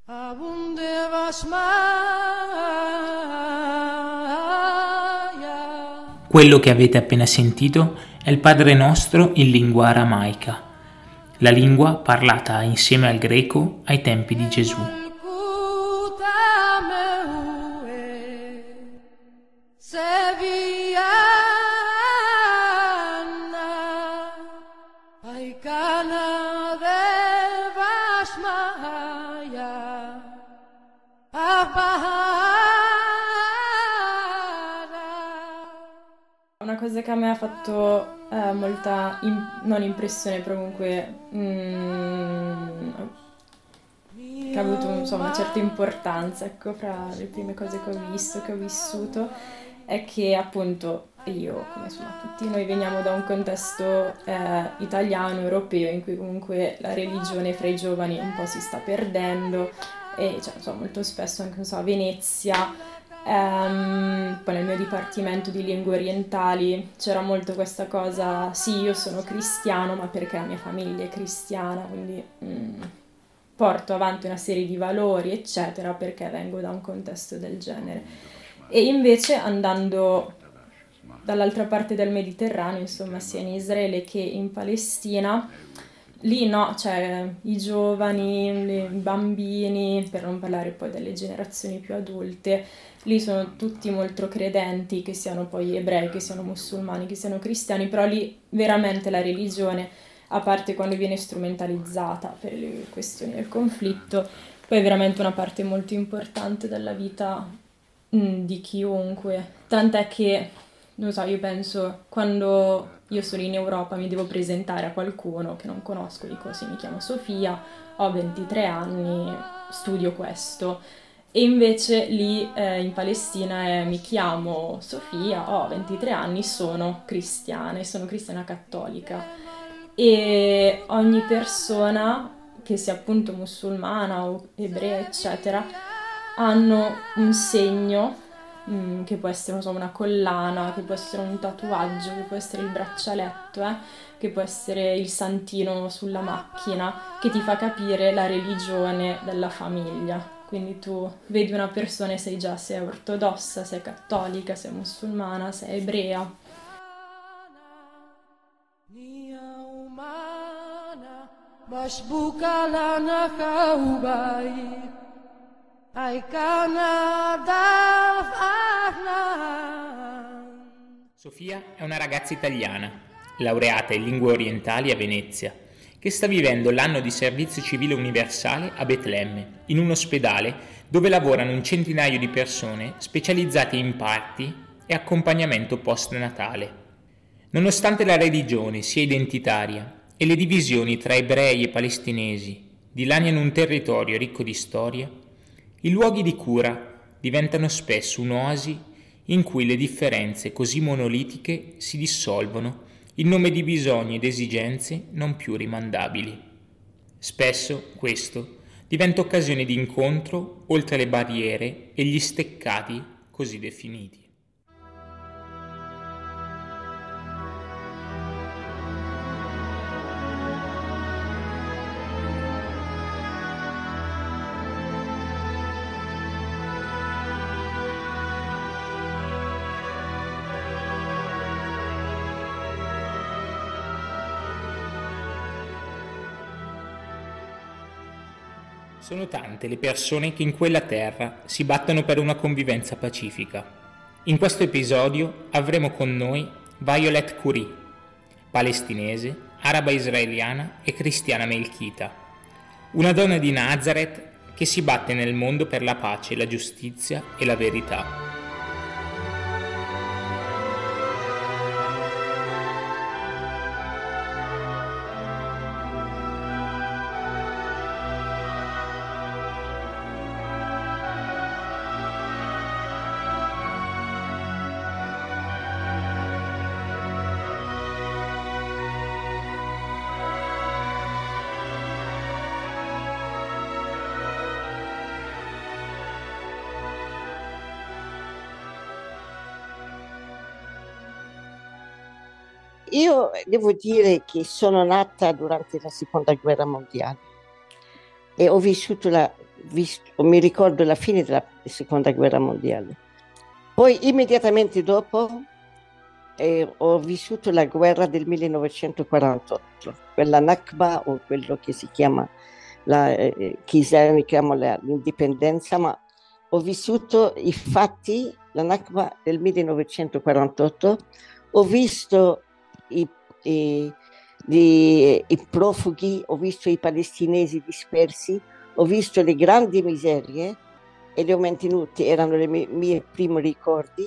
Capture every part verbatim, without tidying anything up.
Quello che avete appena sentito è il Padre Nostro in lingua aramaica, la lingua parlata insieme al greco ai tempi di Gesù. Una cosa che a me ha fatto eh, molta, im- non impressione, però comunque mm, che ha avuto insomma, una certa importanza, ecco, fra le prime cose che ho visto, che ho vissuto, è che appunto io, come insomma tutti noi, veniamo da un contesto eh, italiano, europeo, in cui comunque la religione fra i giovani un po' si sta perdendo e cioè, insomma, molto spesso anche non so, a Venezia. Ehm, poi nel mio dipartimento di lingue orientali c'era molto questa cosa, sì, io sono cristiano, ma perché la mia famiglia è cristiana, quindi mm, porto avanti una serie di valori, eccetera, perché vengo da un contesto del genere. E invece andando dall'altra parte del Mediterraneo, insomma, sia in Israele che in Palestina, lì no, cioè i giovani, le- i bambini, per non parlare poi delle generazioni più adulte, lì sono tutti molto credenti, che siano poi ebrei, che siano musulmani, che siano cristiani, però lì veramente la religione, a parte quando viene strumentalizzata per le questioni del conflitto, poi è veramente una parte molto importante della vita mm, di chiunque. Tant'è che, non so, io penso, quando io sono in Europa mi devo presentare a qualcuno che non conosco, dico sì, mi chiamo Sofia, ho ventitré anni, studio questo. E invece lì eh, in Palestina eh, mi chiamo Sofia, ho ventitré anni, sono cristiana e sono cristiana cattolica. E ogni persona, che sia appunto musulmana o ebrea, eccetera, hanno un segno, mm, che può essere non so, una collana, che può essere un tatuaggio, che può essere il braccialetto, eh, che può essere il santino sulla macchina, che ti fa capire la religione della famiglia. Quindi tu vedi una persona e sai già se è ortodossa, se è cattolica, se è musulmana, se è ebrea. Sofia è una ragazza italiana, laureata in lingue orientali a Venezia, che sta vivendo l'anno di servizio civile universale a Betlemme, in un ospedale dove lavorano un centinaio di persone specializzate in parti e accompagnamento postnatale. Nonostante la religione sia identitaria e le divisioni tra ebrei e palestinesi dilaniano un territorio ricco di storia, i luoghi di cura diventano spesso un'oasi in cui le differenze così monolitiche si dissolvono in nome di bisogni ed esigenze non più rimandabili. Spesso questo diventa occasione di incontro oltre le barriere e gli steccati così definiti. Sono tante le persone che in quella terra si battono per una convivenza pacifica. In questo episodio avremo con noi Violet Khoury, palestinese, araba israeliana e cristiana melchita, una donna di Nazareth che si batte nel mondo per la pace, la giustizia e la verità. Io devo dire che sono nata durante la seconda guerra mondiale e ho vissuto la, visto, mi ricordo la fine della seconda guerra mondiale. Poi immediatamente dopo eh, ho vissuto la guerra del millenovecentoquarantotto, quella Nakba o quello che si chiama, la, eh, che israeliani chiamano l'indipendenza, ma ho vissuto i fatti, la Nakba del millenovecentoquarantotto, ho visto i, i, i, i profughi, ho visto i palestinesi dispersi, ho visto le grandi miserie e li ho mantenuti, erano i miei, miei primi ricordi.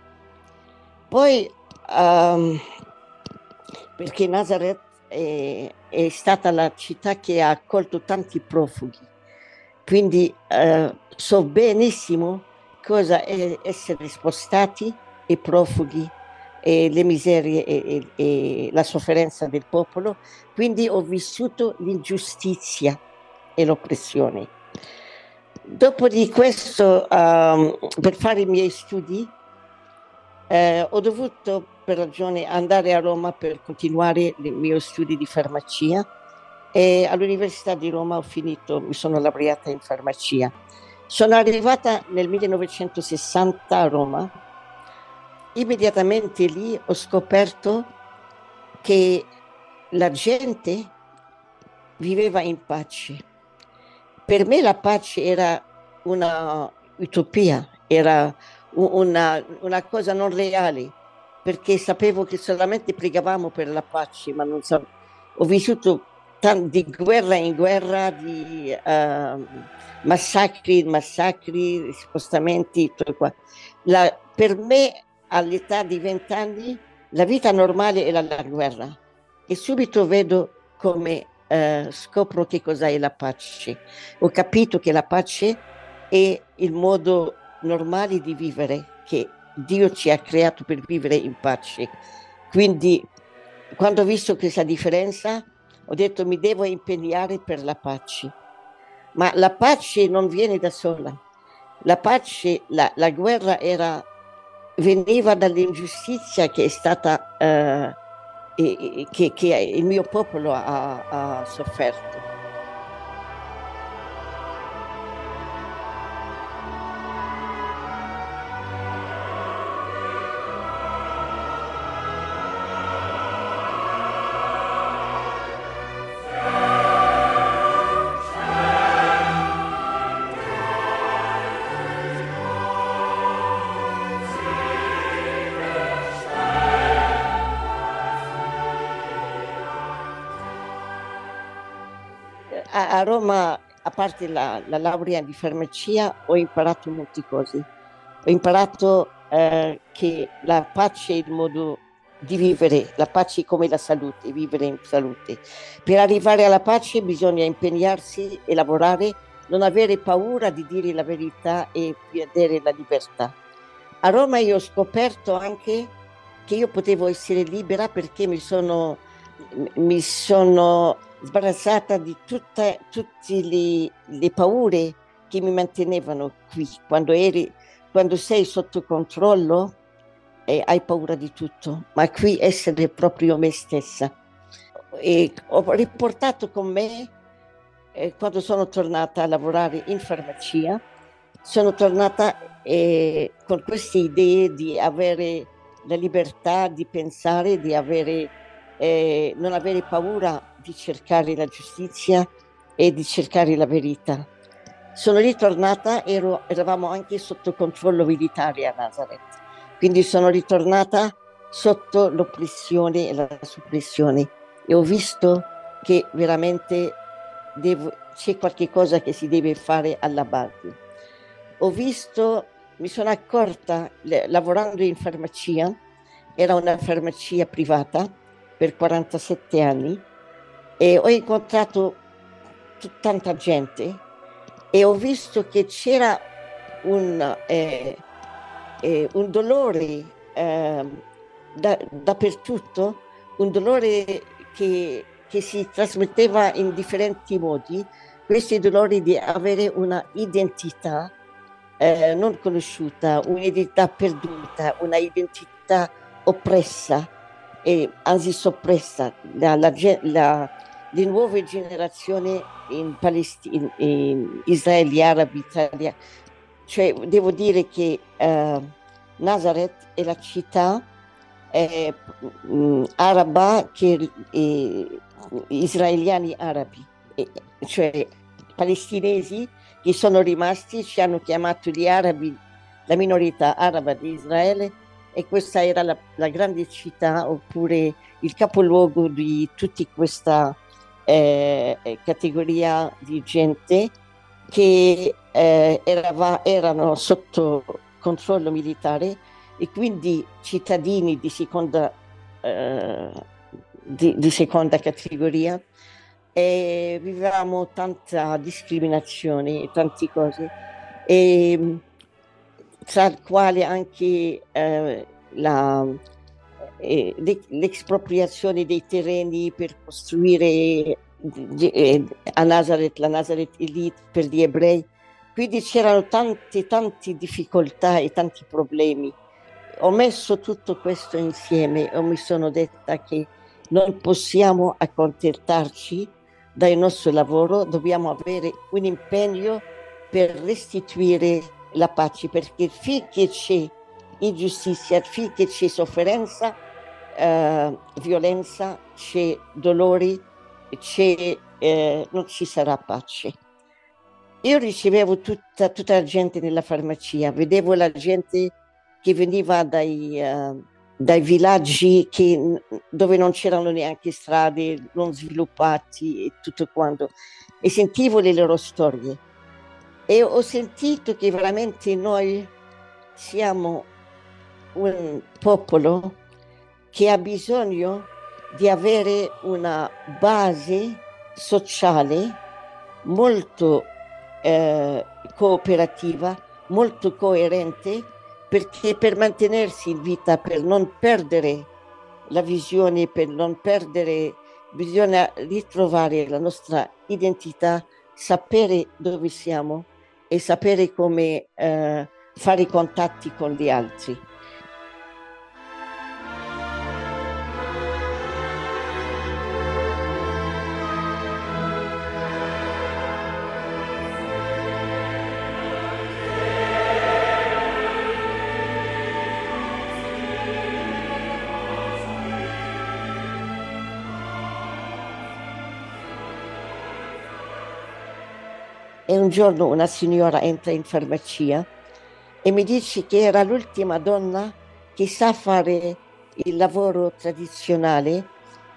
Poi, um, perché Nazareth è, è stata la città che ha accolto tanti profughi, quindi uh, so benissimo cosa è essere spostati e profughi e le miserie e, e, e la sofferenza del popolo, quindi ho vissuto l'ingiustizia e l'oppressione. Dopo di questo, um, per fare i miei studi, eh, ho dovuto per ragione andare a Roma per continuare i miei studi di farmacia e all'Università di Roma ho finito, mi sono laureata in farmacia. Sono arrivata nel millenovecentosessanta a Roma. Immediatamente lì ho scoperto che la gente viveva in pace. Per me la pace era una utopia, era una, una cosa non reale, perché sapevo che solamente pregavamo per la pace, ma non so, ho vissuto t- di guerra in guerra, di uh, massacri in massacri, spostamenti, tutto qua. La, per me all'età di vent'anni la vita normale era la guerra e subito vedo come Uh, scopro che cos'è la pace. Ho capito che la pace è il modo normale di vivere, che Dio ci ha creato per vivere in pace. Quindi quando ho visto questa differenza ho detto mi devo impegnare per la pace, ma la pace non viene da sola. La pace, la, la guerra era, veniva dall'ingiustizia che è stata uh, E, che, che il mio popolo ha, ha sofferto. A Roma, a parte la, la laurea di farmacia, ho imparato molte cose. Ho imparato eh, che la pace è il modo di vivere, la pace come la salute, vivere in salute. Per arrivare alla pace bisogna impegnarsi e lavorare, non avere paura di dire la verità e vedere la libertà. A Roma io ho scoperto anche che io potevo essere libera perché mi sono, mi sono sbarazzata di tutte, tutte le, le paure che mi mantenevano qui. Quando, eri, quando sei sotto controllo eh, hai paura di tutto, ma qui essere proprio me stessa. E ho riportato con me, eh, quando sono tornata a lavorare in farmacia, sono tornata eh, con queste idee di avere la libertà di pensare, di avere, eh, non avere paura di cercare la giustizia e di cercare la verità. Sono ritornata, ero, eravamo anche sotto controllo militare a Nazareth, quindi sono ritornata sotto l'oppressione e la soppressione e ho visto che veramente devo, c'è qualche cosa che si deve fare alla base. Ho visto, mi sono accorta, lavorando in farmacia, era una farmacia privata per quarantasette anni, e ho incontrato t- tanta gente e ho visto che c'era un, eh, eh, un dolore eh, da, dappertutto, un dolore che, che si trasmetteva in differenti modi, questi dolori di avere una identità eh, non conosciuta, un'identità perduta, una identità oppressa e anzi soppressa. La, la, la, le nuove generazioni in Palestina, in Israele, arabi, italiani. Cioè, devo dire che eh, Nazareth è la città eh, mh, araba che eh, israeliani arabi, eh, cioè palestinesi che sono rimasti, ci hanno chiamato gli arabi, la minorità araba di Israele, e questa era la, la grande città, oppure il capoluogo di tutta questa eh, categoria di gente che eh, erava, erano sotto controllo militare, e quindi cittadini di seconda, eh, di, di seconda categoria, e vivevamo tanta discriminazione e tante cose, e tra il quale anche eh, la, eh, l'espropriazione dei terreni per costruire eh, a Nazareth, la Nazareth Elite per gli ebrei. Quindi c'erano tante, tante difficoltà e tanti problemi. Ho messo tutto questo insieme e mi sono detta che non possiamo accontentarci dal nostro lavoro, dobbiamo avere un impegno per restituire la pace, perché finché c'è ingiustizia, finché c'è sofferenza, eh, violenza, c'è dolore, c'è, eh, non ci sarà pace. Io ricevevo tutta, tutta la gente nella farmacia, vedevo la gente che veniva dai, uh, dai villaggi che, dove non c'erano neanche strade, non sviluppati e tutto quanto, e sentivo le loro storie. E ho sentito che veramente noi siamo un popolo che ha bisogno di avere una base sociale molto eh, cooperativa, molto coerente, perché per mantenersi in vita, per non perdere la visione, per non perdere, bisogna ritrovare la nostra identità, sapere dove siamo e sapere come eh, fare i contatti con gli altri. E un giorno una signora entra in farmacia e mi dice che era l'ultima donna che sa fare il lavoro tradizionale,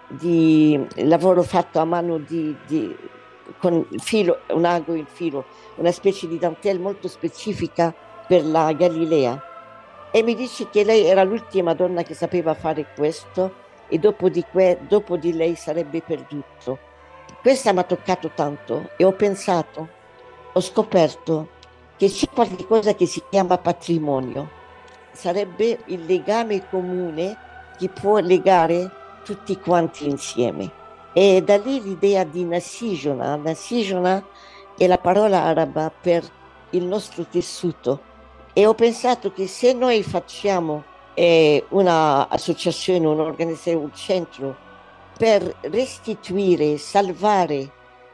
di il lavoro fatto a mano di, di, con il filo, un ago in filo, una specie di dentelle molto specifica per la Galilea. E mi dice che lei era l'ultima donna che sapeva fare questo, e dopo di, que, dopo di lei sarebbe perduto. Questa mi ha toccato tanto e ho pensato, ho scoperto che c'è qualcosa che si chiama patrimonio, sarebbe il legame comune che può legare tutti quanti insieme. E da lì l'idea di Nasijona. Nasijona è la parola araba per il nostro tessuto, e ho pensato che se noi facciamo eh, un'associazione, un'organizzazione, un centro per restituire, salvare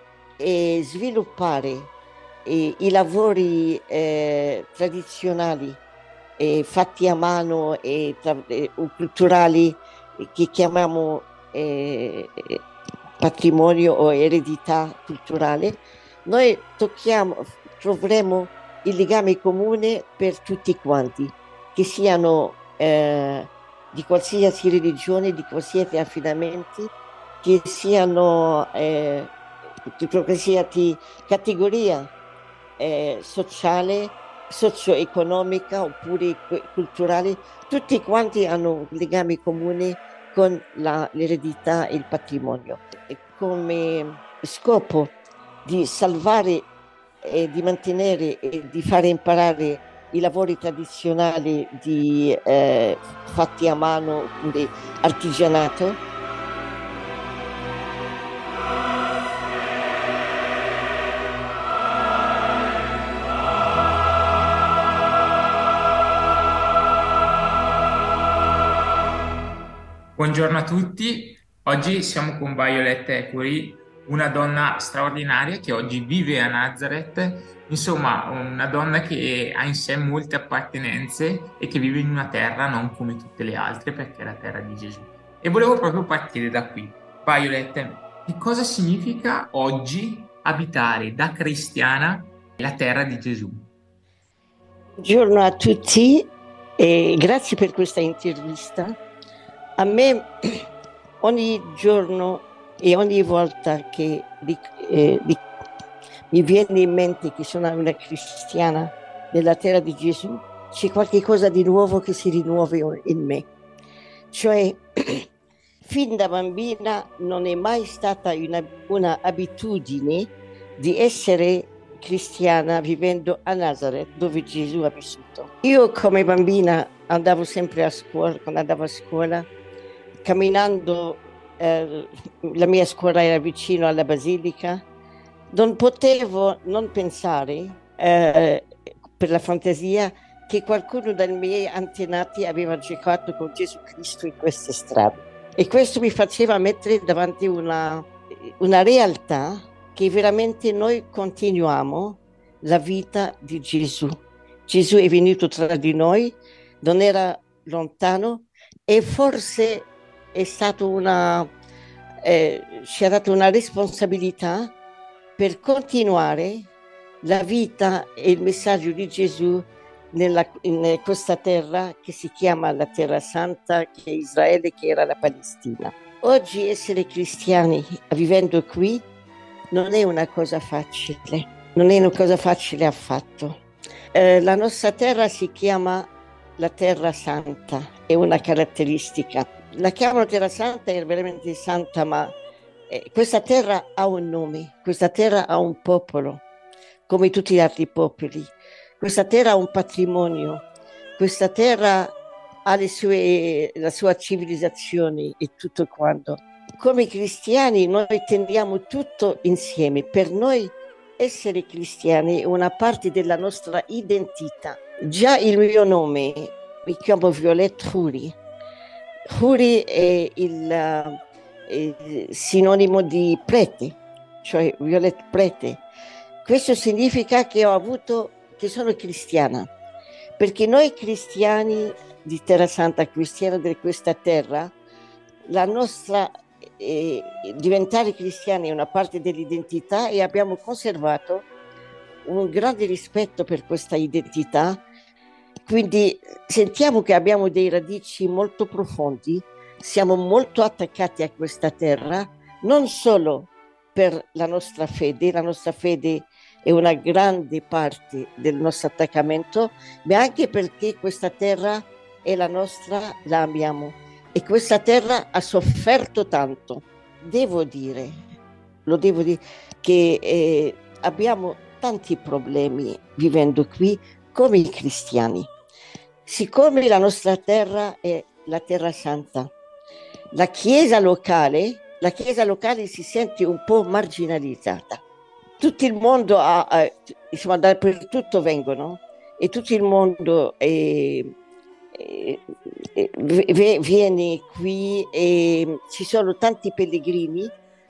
e sviluppare E i lavori eh, tradizionali eh, fatti a mano e, tra, e culturali che chiamiamo eh, patrimonio o eredità culturale, noi tocchiamo, troveremo il legame comune per tutti quanti, che siano eh, di qualsiasi religione, di qualsiasi affidamenti, che siano eh, di qualsiasi categoria Eh, sociale, socio-economica oppure culturale, tutti quanti hanno un legame comune con la, l'eredità e il patrimonio, e come scopo di salvare e di mantenere e di fare imparare i lavori tradizionali di, eh, fatti a mano oppure artigianato. Buongiorno a tutti, oggi siamo con Violet Equity una donna straordinaria che oggi vive a Nazareth, insomma una donna che ha in sé molte appartenenze e che vive in una terra non come tutte le altre perché è la terra di Gesù. E volevo proprio partire da qui. Violet, che cosa significa oggi abitare da cristiana la terra di Gesù? Buongiorno a tutti e grazie per questa intervista. A me ogni giorno e ogni volta che di, eh, di, mi viene in mente che sono una cristiana della terra di Gesù, c'è qualche cosa di nuovo che si rinnuova in me. Cioè, fin da bambina non è mai stata una, una abitudine di essere cristiana vivendo a Nazareth, dove Gesù ha vissuto. Io come bambina andavo sempre a scuola, quando andavo a scuola, camminando, eh, la mia scuola era vicino alla basilica, non potevo non pensare, eh, per la fantasia, che qualcuno dei miei antenati aveva giocato con Gesù Cristo in queste strade. E questo mi faceva mettere davanti una, una realtà che veramente noi continuiamo la vita di Gesù. Gesù è venuto tra di noi, non era lontano e forse è stato una, eh, ci ha dato una responsabilità per continuare la vita e il messaggio di Gesù nella, in questa terra che si chiama la Terra Santa, che è Israele, che era la Palestina. Oggi essere cristiani vivendo qui non è una cosa facile, non è una cosa facile affatto. Eh, la nostra terra si chiama la Terra Santa, è una caratteristica. La chiamano Terra Santa, è veramente santa, ma eh, questa terra ha un nome, questa terra ha un popolo, come tutti gli altri popoli. Questa terra ha un patrimonio, questa terra ha le sue, la sua civilizzazione e tutto quanto. Come cristiani noi tendiamo tutto insieme. Per noi essere cristiani è una parte della nostra identità. Già il mio nome, mi chiamo Violette Huri. Huri è il, uh, il sinonimo di prete, cioè Violette prete. Questo significa che ho avuto, che sono cristiana, perché noi cristiani di Terra Santa, cristiani di questa terra, la nostra eh, diventare cristiani è una parte dell'identità e abbiamo conservato un grande rispetto per questa identità, quindi sentiamo che abbiamo dei radici molto profondi, siamo molto attaccati a questa terra, non solo per la nostra fede, la nostra fede è una grande parte del nostro attaccamento, ma anche perché questa terra è la nostra, la amiamo. E questa terra ha sofferto tanto. Devo dire, lo devo dire, che eh, abbiamo tanti problemi vivendo qui come i cristiani. Siccome la nostra terra è la Terra Santa, la chiesa locale, la chiesa locale si sente un po' marginalizzata. Tutto il mondo, ha, ha, insomma, dappertutto vengono e tutto il mondo è, è, è, viene qui e ci sono tanti pellegrini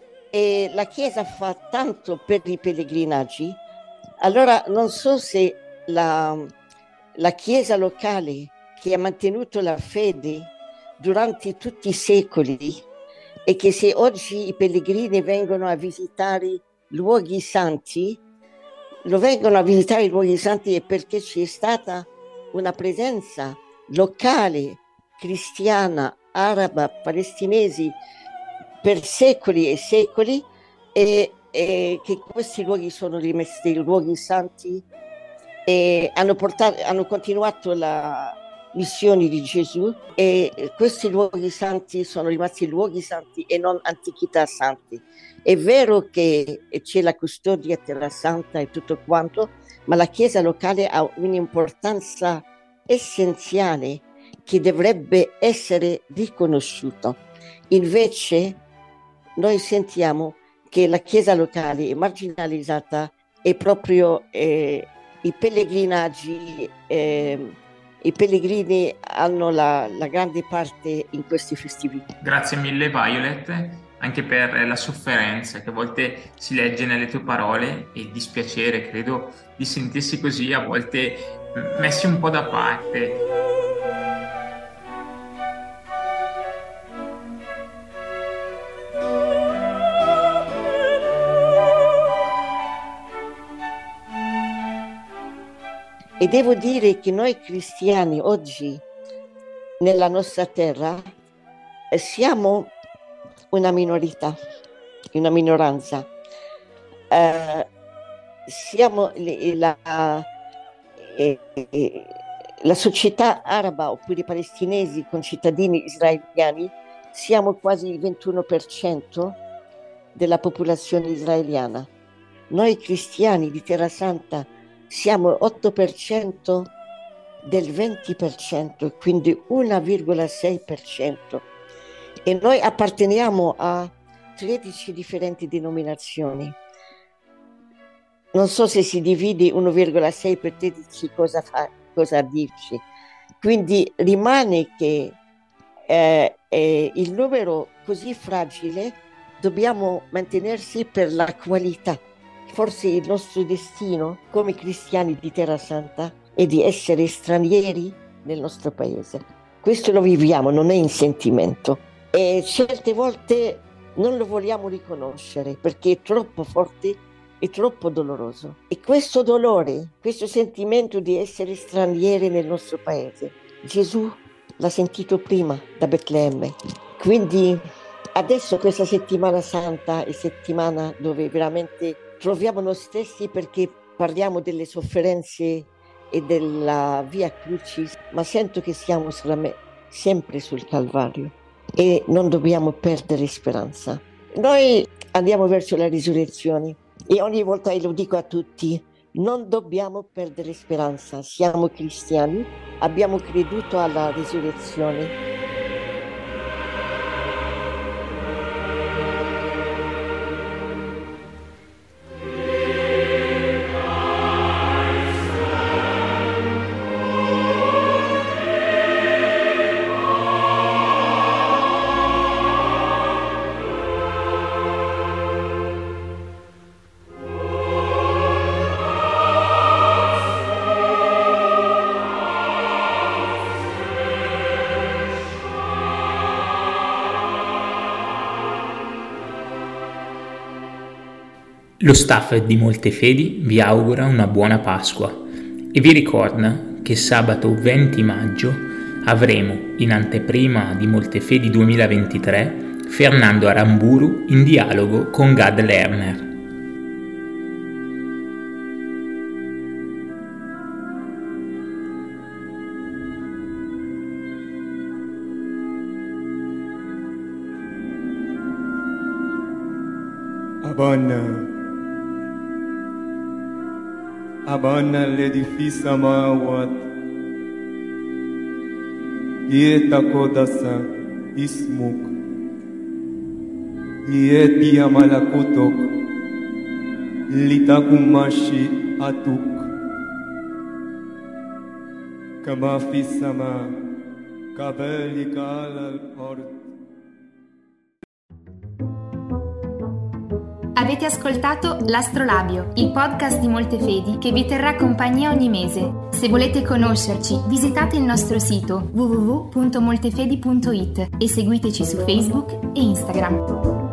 e la Chiesa fa tanto per i pellegrinaggi. Allora non so se la, la Chiesa locale che ha mantenuto la fede durante tutti i secoli e che se oggi i pellegrini vengono a visitare luoghi santi, lo vengono a visitare i luoghi santi perché c'è stata una presenza locale, cristiana, araba, palestinesi per secoli e secoli e, e che questi luoghi sono rimasti luoghi santi e hanno, portato, hanno continuato la missione di Gesù e questi luoghi santi sono rimasti luoghi santi e non antichità santi. È vero che c'è la custodia Terra Santa e tutto quanto, ma la Chiesa locale ha un'importanza essenziale che dovrebbe essere riconosciuta. Invece noi sentiamo che la Chiesa locale è marginalizzata e proprio eh, i pellegrinaggi, eh, i pellegrini hanno la, la grande parte in questi festività. Grazie mille Violet. anche per la sofferenza che a volte si legge nelle tue parole e il dispiacere, credo, di sentirsi così a volte messi un po' da parte. E devo dire che noi cristiani oggi nella nostra terra siamo una minorità, una minoranza. Eh, siamo la, eh, la società araba oppure i palestinesi con cittadini israeliani, siamo quasi il ventuno per cento della popolazione israeliana. Noi cristiani di Terra Santa siamo otto per cento del venti per cento, quindi uno virgola sei per cento. E noi apparteniamo a tredici differenti denominazioni. Non so se si divide uno virgola sei per tredici cosa fa, cosa dirci. Quindi rimane che eh, eh, il numero così fragile dobbiamo mantenersi per la qualità. Forse il nostro destino come cristiani di Terra Santa è di essere stranieri nel nostro paese. Questo lo viviamo, non è in sentimento. E certe volte non lo vogliamo riconoscere perché è troppo forte e troppo doloroso. E questo dolore, questo sentimento di essere stranieri nel nostro paese, Gesù l'ha sentito prima da Betlemme. Quindi adesso questa settimana santa è settimana dove veramente troviamo noi stessi, perché parliamo delle sofferenze e della via Crucis, ma sento che siamo sempre sul Calvario e non dobbiamo perdere speranza. Noi andiamo verso la risurrezione e ogni volta, e lo dico a tutti, non dobbiamo perdere speranza. Siamo cristiani, abbiamo creduto alla risurrezione. Lo staff di Moltefedi vi augura una buona Pasqua e vi ricorda che sabato venti maggio avremo in anteprima di Moltefedi duemilaventitré Fernando Aramburu in dialogo con Gad Lerner. Abana Abana l'edifice samawat Yetakodasa ismuk Yeti amalakutok Litakumashi atuk Kama fi sama Kabelika al-ord. Avete ascoltato L'Astrolabio, il podcast di Moltefedi che vi terrà compagnia ogni mese. Se volete conoscerci, visitate il nostro sito w w w punto moltefedi punto i t e seguiteci su Facebook e Instagram.